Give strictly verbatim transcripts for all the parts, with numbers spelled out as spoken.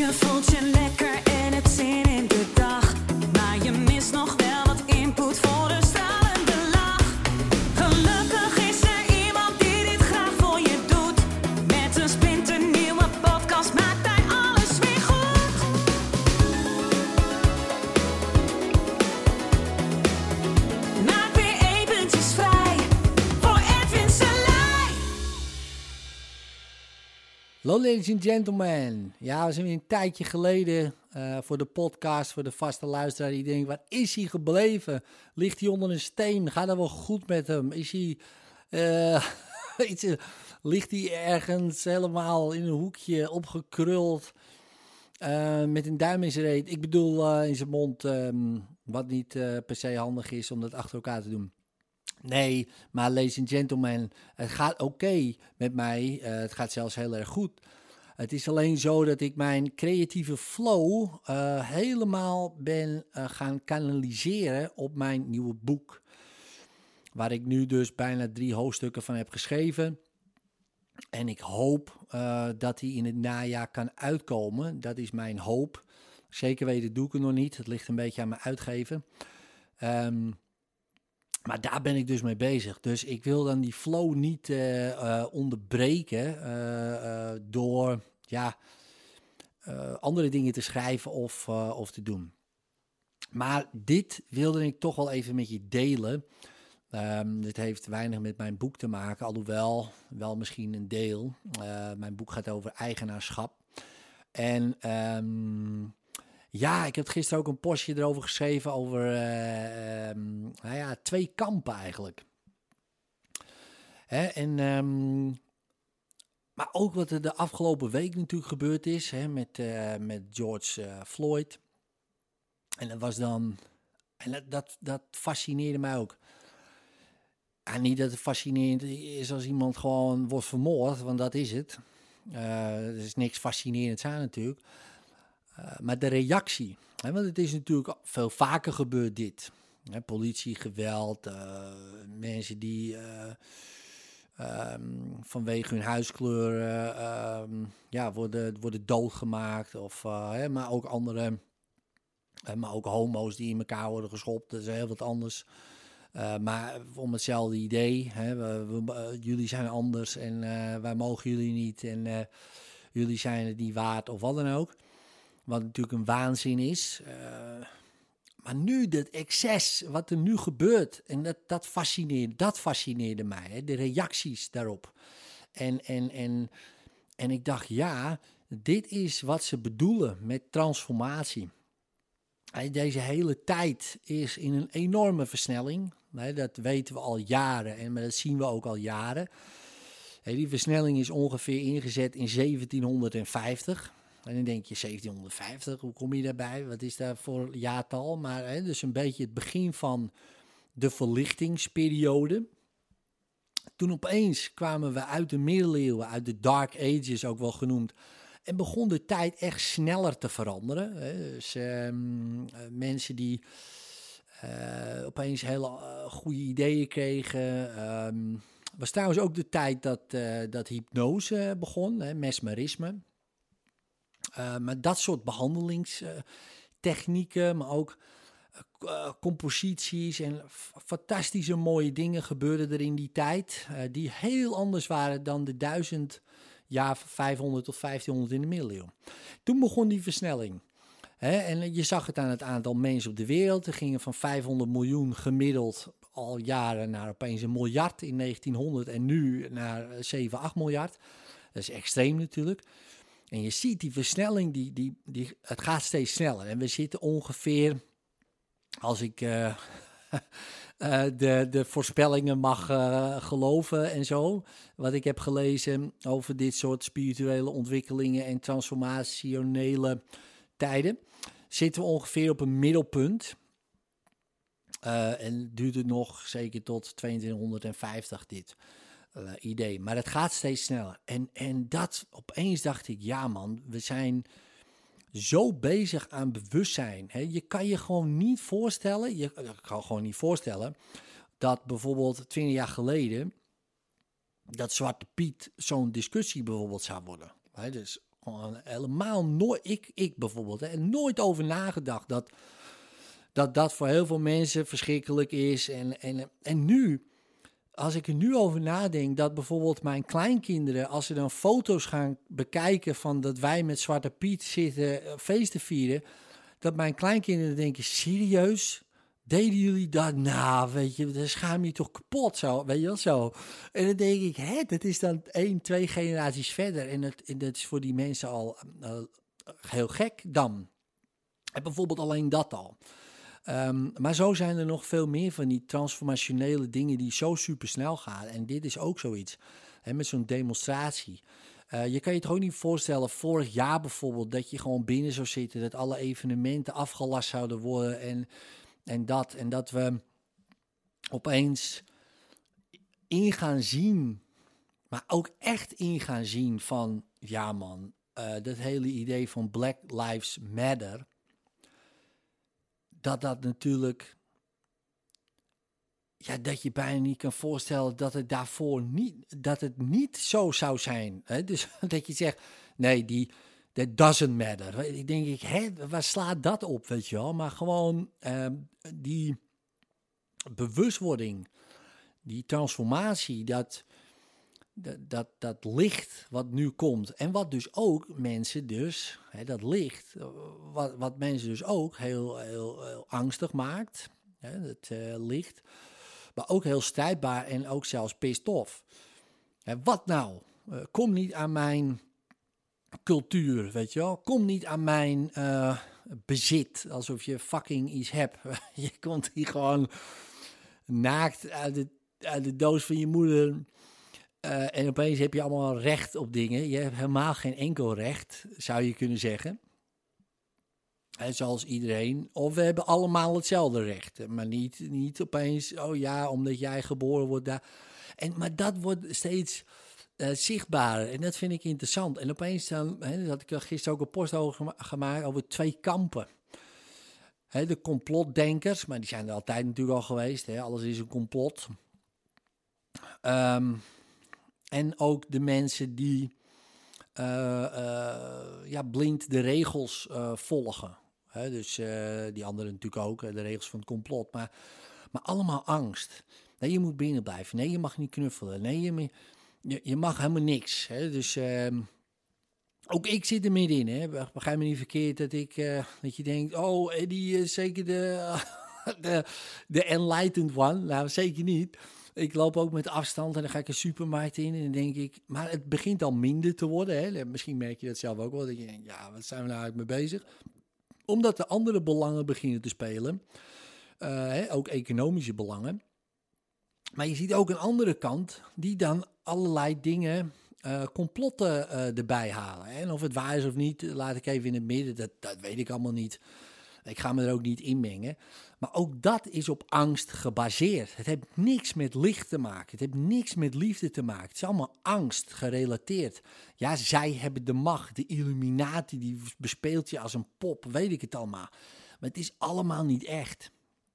Je voelt je lekker en hebt zin in de dag. Maar je mist nog wel wat input voor een stralende lach. Gelukkig is er iemand die dit graag voor je doet. Met een splinternieuwe podcast maakt hij alles weer goed. Maak weer eventjes vrij voor Edwin Selij. Hallo ladies and gentlemen. Ja, we zijn weer een tijdje geleden uh, voor de podcast, voor de vaste luisteraar die denkt, waar is hij gebleven? Ligt hij onder een steen? Gaat het wel goed met hem? Is hij, uh, iets, ligt hij ergens helemaal in een hoekje opgekruld uh, met een duim in zijn reet? Ik bedoel uh, in zijn mond, um, wat niet uh, per se handig is om dat achter elkaar te doen. Nee, maar ladies and gentlemen, het gaat oké okay met mij. Uh, het gaat zelfs heel erg goed. Het is alleen zo dat ik mijn creatieve flow uh, helemaal ben uh, gaan kanaliseren op mijn nieuwe boek. Waar ik nu dus bijna drie hoofdstukken van heb geschreven. En ik hoop uh, dat die in het najaar kan uitkomen. Dat is mijn hoop. Zeker weten doe ik het nog niet. Het ligt een beetje aan mijn uitgever. Um, Maar daar ben ik dus mee bezig. Dus ik wil dan die flow niet uh, uh, onderbreken uh, uh, door ja, uh, andere dingen te schrijven of, uh, of te doen. Maar dit wilde ik toch wel even met je delen. Um, dit heeft weinig met mijn boek te maken, alhoewel wel misschien een deel. Uh, mijn boek gaat over eigenaarschap. En um, ja, ik heb gisteren ook een postje erover geschreven over uh, um, nou ja, twee kampen eigenlijk. Hè, en, um, maar ook wat er de afgelopen week natuurlijk gebeurd is hè, met, uh, met George uh, Floyd. En dat was dan, en dat, dat, dat fascineerde mij ook. En niet dat het fascinerend is als iemand gewoon wordt vermoord, want dat is het. Uh, er is niks fascinerends aan natuurlijk. Uh, maar de reactie, hè, want het is natuurlijk veel vaker gebeurd dit. Hè, politie, geweld, uh, mensen die uh, um, vanwege hun huidskleur uh, um, ja, worden, worden doodgemaakt. Of, uh, hè, maar ook andere, uh, maar ook homo's die in elkaar worden geschopt. Dat is heel wat anders. Uh, maar om hetzelfde idee, hè, we, we, uh, jullie zijn anders en uh, wij mogen jullie niet en uh, jullie zijn het niet waard of wat dan ook. Wat natuurlijk een waanzin is. Uh, maar nu, dat excess, wat er nu gebeurt, en dat, dat, fascineerde, dat fascineerde mij, hè, de reacties daarop. En, en, en, en ik dacht, ja, dit is wat ze bedoelen met transformatie. Deze hele tijd is in een enorme versnelling. Dat weten we al jaren, en dat zien we ook al jaren. Die versnelling is ongeveer ingezet in zeventienhonderdvijftig. En dan denk je, zeventienhonderdvijftig, hoe kom je daarbij? Wat is daar voor jaartal? Maar hè, dus een beetje het begin van de verlichtingsperiode. Toen opeens kwamen we uit de middeleeuwen, uit de Dark Ages ook wel genoemd. En begon de tijd echt sneller te veranderen. Hè. Dus um, mensen die uh, opeens hele uh, goede ideeën kregen. Um, was trouwens ook de tijd dat, uh, dat hypnose begon, hè, mesmerisme. Uh, maar dat soort behandelingstechnieken, uh, maar ook uh, composities en f- fantastische mooie dingen gebeurden er in die tijd. Uh, die heel anders waren dan de duizend jaar vijfhonderd tot vijftienhonderd in de middeleeuwen. Toen begon die versnelling. Hè, en je zag het aan het aantal mensen op de wereld. Er gingen van vijfhonderd miljoen gemiddeld al jaren naar opeens een miljard in negentienhonderd en nu naar zeven, acht miljard. Dat is extreem natuurlijk. En je ziet die versnelling, die, die, die, het gaat steeds sneller. En we zitten ongeveer, als ik uh, uh, de, de voorspellingen mag uh, geloven en zo, wat ik heb gelezen over dit soort spirituele ontwikkelingen en transformationele tijden, zitten we ongeveer op een middelpunt. Uh, en duurt het nog zeker tot tweeëntwintighonderdvijftig dit. Uh, idee. Maar het gaat steeds sneller. En, en dat, opeens dacht ik, ja man, we zijn zo bezig aan bewustzijn. Hè? Je kan je gewoon niet voorstellen, je ik kan gewoon niet voorstellen, dat bijvoorbeeld twintig jaar geleden, dat Zwarte Piet zo'n discussie bijvoorbeeld zou worden. Hè? Dus gewoon helemaal nooit, ik, ik bijvoorbeeld, hè, nooit over nagedacht dat, dat dat voor heel veel mensen verschrikkelijk is. En, en, en nu, als ik er nu over nadenk, dat bijvoorbeeld mijn kleinkinderen, als ze dan foto's gaan bekijken van dat wij met Zwarte Piet zitten uh, feesten vieren, dat mijn kleinkinderen denken, serieus? Deden jullie dat? Nou, weet je, dan schaam je toch kapot zo, weet je wel zo. En dan denk ik, hè, dat is dan één, twee generaties verder. En dat, en dat is voor die mensen al uh, heel gek dan. En bijvoorbeeld alleen dat al. Um, maar zo zijn er nog veel meer van die transformationele dingen die zo supersnel gaan. En dit is ook zoiets, hè, met zo'n demonstratie. Uh, je kan je toch ook niet voorstellen, vorig jaar bijvoorbeeld, dat je gewoon binnen zou zitten, dat alle evenementen afgelast zouden worden en, en dat. En dat we opeens in gaan zien, maar ook echt in gaan zien van, ja man, uh, dat hele idee van Black Lives Matter, dat dat natuurlijk, ja, dat je bijna niet kan voorstellen dat het daarvoor niet, dat het niet zo zou zijn. Hè? Dus dat je zegt, nee, die, that doesn't matter. Ik denk, ik, hè, waar slaat dat op, weet je wel? Maar gewoon uh, die bewustwording, die transformatie, dat, dat, dat, dat licht wat nu komt. En wat dus ook mensen dus, hè, dat licht, wat, wat mensen dus ook heel, heel, heel angstig maakt, hè, het uh, licht, maar ook heel strijdbaar en ook zelfs pissed off. Hè, wat nou? Uh, kom niet aan mijn cultuur, weet je wel? Kom niet aan mijn uh, bezit, alsof je fucking iets hebt. Je komt hier gewoon naakt uit de, uit de doos van je moeder. Uh, en opeens heb je allemaal recht op dingen. Je hebt helemaal geen enkel recht, zou je kunnen zeggen. En zoals iedereen. Of we hebben allemaal hetzelfde recht. Maar niet, niet opeens, oh ja, omdat jij geboren wordt daar. En, maar dat wordt steeds uh, zichtbaarder. En dat vind ik interessant. En opeens, dan, hè, dat had ik gisteren ook een post over gemaakt over twee kampen. Hè, de complotdenkers, maar die zijn er altijd natuurlijk al geweest. Hè, alles is een complot. Um, en ook de mensen die uh, uh, ja, blind de regels uh, volgen. He, dus uh, die anderen natuurlijk ook, de regels van het complot. Maar, maar allemaal angst. Nee, je moet binnen blijven. Nee, je mag niet knuffelen. Nee, je, je, je mag helemaal niks. Hè. Dus uh, ook ik zit er middenin. Hè. Begrijp me niet verkeerd dat, ik, uh, dat je denkt, oh, die is zeker de, de, de enlightened one. Nou, zeker niet. Ik loop ook met afstand en dan ga ik een supermarkt in en dan denk ik, maar het begint al minder te worden. Hè? Misschien merk je dat zelf ook wel. Dat je denkt, ja, wat zijn we nou eigenlijk mee bezig? Omdat de andere belangen beginnen te spelen. Uh, hè? Ook economische belangen. Maar je ziet ook een andere kant die dan allerlei dingen, uh, complotten uh, erbij halen. Hè? En of het waar is of niet, laat ik even in het midden. Dat, dat weet ik allemaal niet. Ik ga me er ook niet in mengen. Maar ook dat is op angst gebaseerd. Het heeft niks met licht te maken. Het heeft niks met liefde te maken. Het is allemaal angst gerelateerd. Ja, zij hebben de macht. De Illuminati die bespeelt je als een pop. Weet ik het allemaal. Maar het is allemaal niet echt.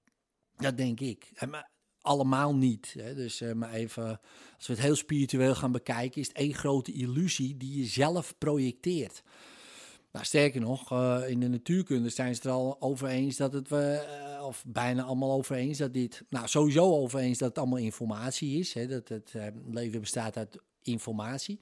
Dat denk ik. Maar allemaal niet. Hè. Dus uh, maar even, als we het heel spiritueel gaan bekijken, is het één grote illusie die je zelf projecteert. Nou, sterker nog, uh, in de natuurkunde zijn ze er al over eens dat het, uh, of bijna allemaal over eens dat dit, nou sowieso over eens dat het allemaal informatie is. Hè, dat het uh, leven bestaat uit informatie.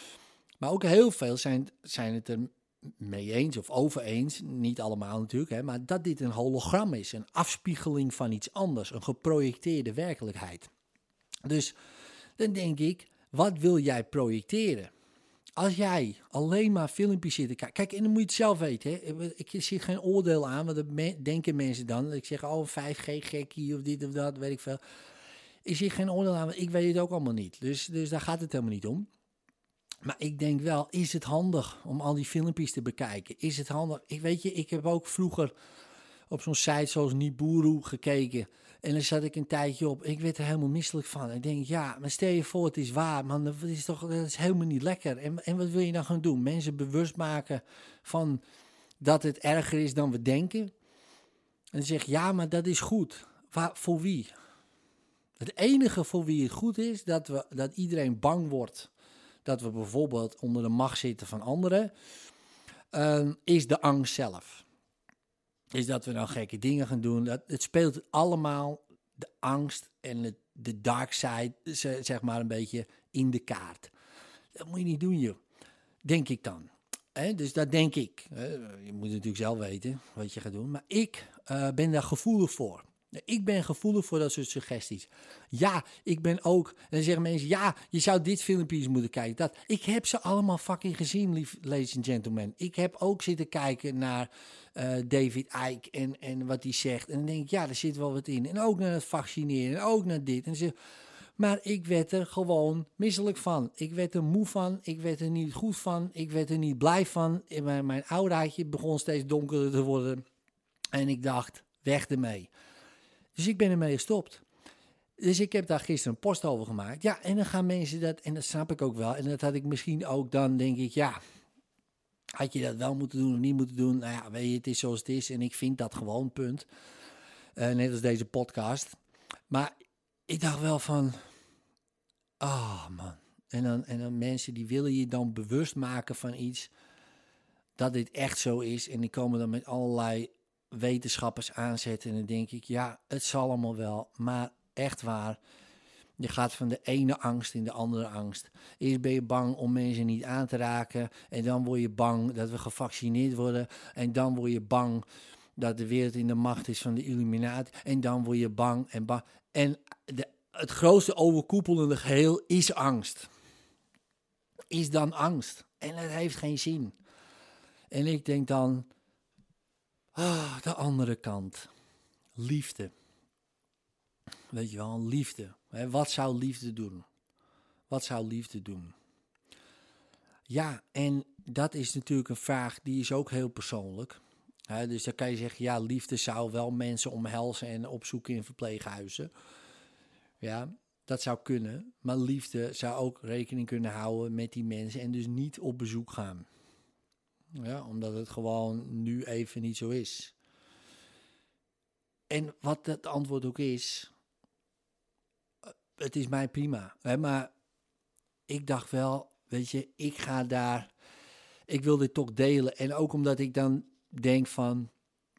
Maar ook heel veel zijn, zijn het er mee eens of over eens, niet allemaal natuurlijk, hè, maar dat dit een hologram is, een afspiegeling van iets anders, een geprojecteerde werkelijkheid. Dus dan denk ik, wat wil jij projecteren? Als jij alleen maar filmpjes zit te kijken. Kijk, en dan moet je het zelf weten. Hè. Ik zie geen oordeel aan, want dat me- denken mensen dan. Ik zeg, oh, vijf G gekkie of dit of dat, weet ik veel. Ik zie geen oordeel aan, want ik weet het ook allemaal niet. Dus, dus daar gaat het helemaal niet om. Maar ik denk wel, is het handig om al die filmpjes te bekijken? Is het handig? Ik weet je, ik heb ook vroeger op zo'n site zoals Nibiru gekeken. En dan zat ik een tijdje op. Ik werd er helemaal misselijk van. Ik denk, ja, maar stel je voor, het is waar. Man, dat is toch dat is helemaal niet lekker. En, en wat wil je dan gaan doen? Mensen bewust maken van dat het erger is dan we denken. En dan zeg je, ja, maar dat is goed. Waar, voor wie? Het enige voor wie het goed is, dat, we, dat iedereen bang wordt dat we bijvoorbeeld onder de macht zitten van anderen, uh, is de angst zelf. Is dat we dan gekke dingen gaan doen. Dat, het speelt allemaal de angst en het, de dark side, zeg maar, een beetje in de kaart. Dat moet je niet doen, joh. Denk ik dan. He, dus dat denk ik. Je moet natuurlijk zelf weten wat je gaat doen. Maar ik uh, ben daar gevoelig voor. Ik ben gevoelig voor dat soort suggesties. Ja, ik ben ook... En dan zeggen mensen, ja, je zou dit filmpje eens moeten kijken. Dat. Ik heb ze allemaal fucking gezien, lief, ladies and gentlemen. Ik heb ook zitten kijken naar uh, David Icke en, en wat hij zegt. En dan denk ik, ja, er zit wel wat in. En ook naar het vaccineren, en ook naar dit. En ze, maar ik werd er gewoon misselijk van. Ik werd er moe van. Ik werd er niet goed van. Ik werd er niet blij van. Mijn, mijn auraatje begon steeds donkerder te worden. En ik dacht, weg ermee. Dus ik ben ermee gestopt. Dus ik heb daar gisteren een post over gemaakt. Ja, en dan gaan mensen dat, en dat snap ik ook wel. En dat had ik misschien ook dan, denk ik, ja, had je dat wel moeten doen of niet moeten doen? Nou ja, weet je, het is zoals het is en ik vind dat gewoon, punt. Uh, net als deze podcast. Maar ik dacht wel van, ah oh man. En dan, en dan mensen die willen je dan bewust maken van iets, dat dit echt zo is. En die komen dan met allerlei wetenschappers aanzetten. En dan denk ik, ja, het zal allemaal wel. Maar echt waar, je gaat van de ene angst in de andere angst. Eerst ben je bang om mensen niet aan te raken. En dan word je bang dat we gevaccineerd worden. En dan word je bang dat de wereld in de macht is van de Illuminati. En dan word je bang en bang. En de, het grootste overkoepelende geheel is angst. Is dan angst. En het heeft geen zin. En ik denk dan, ah, de andere kant. Liefde. Weet je wel, liefde. Hè, wat zou liefde doen? Wat zou liefde doen? Ja, en dat is natuurlijk een vraag, die is ook heel persoonlijk. Hè, dus dan kan je zeggen, ja, liefde zou wel mensen omhelzen en opzoeken in verpleeghuizen. Ja, dat zou kunnen. Maar liefde zou ook rekening kunnen houden met die mensen en dus niet op bezoek gaan. Ja, omdat het gewoon nu even niet zo is. En wat het antwoord ook is, het is mij prima. Hè, maar ik dacht wel, weet je, ik ga daar, ik wil dit toch delen. En ook omdat ik dan denk van,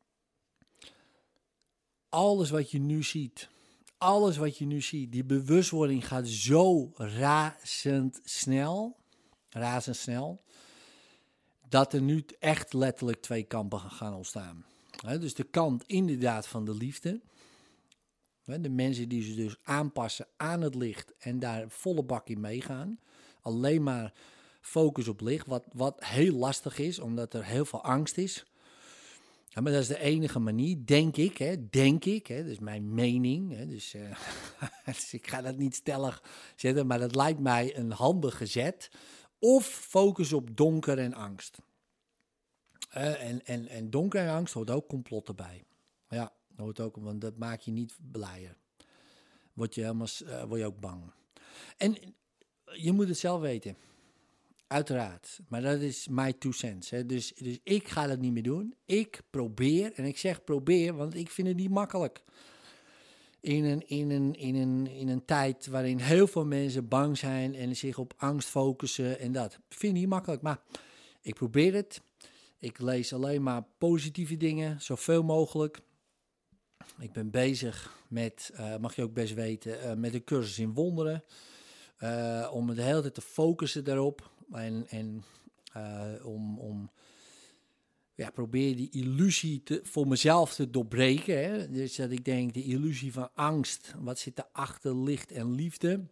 alles wat je nu ziet, alles wat je nu ziet, die bewustwording gaat zo razendsnel, razendsnel, dat er nu echt letterlijk twee kampen gaan ontstaan. He, dus de kant inderdaad van de liefde. He, de mensen die zich dus aanpassen aan het licht en daar volle bak in meegaan. Alleen maar focus op licht, wat, wat heel lastig is, omdat er heel veel angst is. Ja, maar dat is de enige manier, denk ik, hè, denk ik, hè, dat is mijn mening. Hè, dus, uh, dus ik ga dat niet stellig zetten, maar dat lijkt mij een handige zet. Of focus op donker en angst. Uh, en, en, en donker en angst hoort ook complot erbij. Ja, dat hoort ook, want dat maakt je niet blijer. Word je, helemaal, uh, word je ook bang. En je moet het zelf weten. Uiteraard. Maar dat is my two cents. Hè. Dus, dus ik ga dat niet meer doen. Ik probeer, en ik zeg probeer, want ik vind het niet makkelijk. In een, in, een, in, een, in een tijd waarin heel veel mensen bang zijn en zich op angst focussen en dat. Ik vind het niet makkelijk, maar ik probeer het. Ik lees alleen maar positieve dingen, zoveel mogelijk. Ik ben bezig met, uh, mag je ook best weten, uh, met een cursus in wonderen. Uh, om de hele tijd te focussen daarop. En, en uh, om, om ja, probeer die illusie te, voor mezelf te doorbreken. Hè? Dus dat ik denk, de illusie van angst. Wat zit er achter licht en liefde?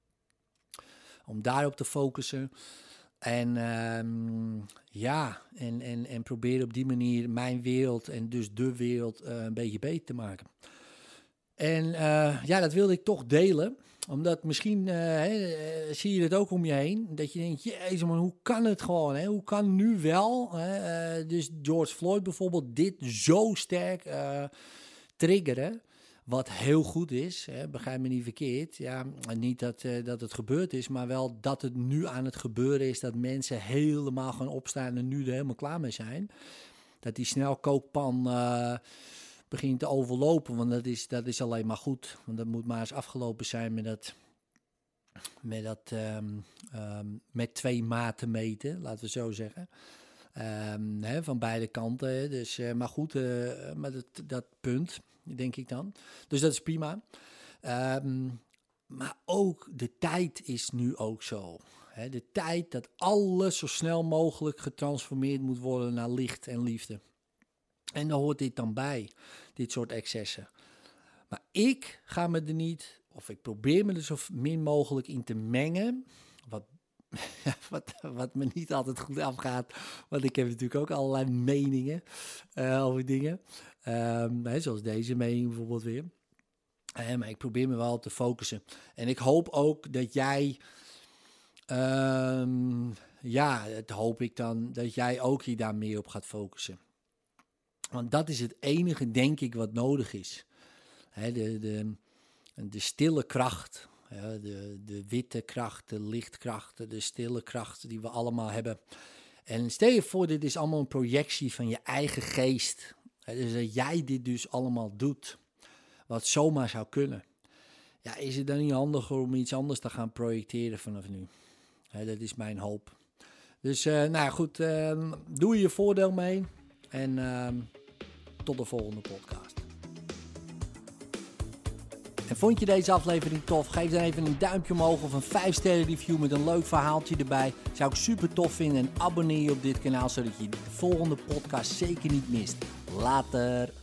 Om daarop te focussen. En um, ja, en, en, en probeer op die manier mijn wereld en dus de wereld uh, een beetje beter te maken. En uh, ja, dat wilde ik toch delen. Omdat misschien uh, he, uh, zie je het ook om je heen. Dat je denkt, jezus man, hoe kan het gewoon? Hè? Hoe kan nu wel, hè, uh, dus George Floyd bijvoorbeeld, dit zo sterk uh, triggeren. Wat heel goed is, hè, begrijp me niet verkeerd. Ja, niet dat, uh, dat het gebeurd is, maar wel dat het nu aan het gebeuren is. Dat mensen helemaal gaan opstaan en nu er helemaal klaar mee zijn. Dat die snelkookpan uh, begint te overlopen, want dat is, dat is alleen maar goed. Want dat moet maar eens afgelopen zijn met dat met, dat, um, um, met twee maten meten, laten we zo zeggen. Um, hè, van beide kanten. Dus, uh, maar goed, uh, maar dat, dat punt, denk ik dan. Dus dat is prima. Um, maar ook de tijd is nu ook zo. Hè, de tijd dat alles zo snel mogelijk getransformeerd moet worden naar licht en liefde. En daar hoort dit dan bij, dit soort excessen. Maar ik ga me er niet, of ik probeer me er zo min mogelijk in te mengen, wat, wat, wat me niet altijd goed afgaat, want ik heb natuurlijk ook allerlei meningen uh, over dingen, um, hè, zoals deze mening bijvoorbeeld weer. Uh, maar ik probeer me wel te focussen. En ik hoop ook dat jij, um, ja, dat hoop ik dan, dat jij ook hier daar meer op gaat focussen. Want dat is het enige, denk ik, wat nodig is. He, de, de, de stille kracht, ja, de, de witte kracht, de lichtkrachten, de stille kracht die we allemaal hebben. En stel je voor, dit is allemaal een projectie van je eigen geest. He, dus dat jij dit dus allemaal doet, wat zomaar zou kunnen. Ja, is het dan niet handiger om iets anders te gaan projecteren vanaf nu? He, dat is mijn hoop. Dus, uh, nou goed, uh, doe je voordeel mee en uh, tot de volgende podcast. En vond je deze aflevering tof? Geef dan even een duimpje omhoog of een vijf sterren review met een leuk verhaaltje erbij. Zou ik super tof vinden en abonneer je op dit kanaal zodat je de volgende podcast zeker niet mist. Later!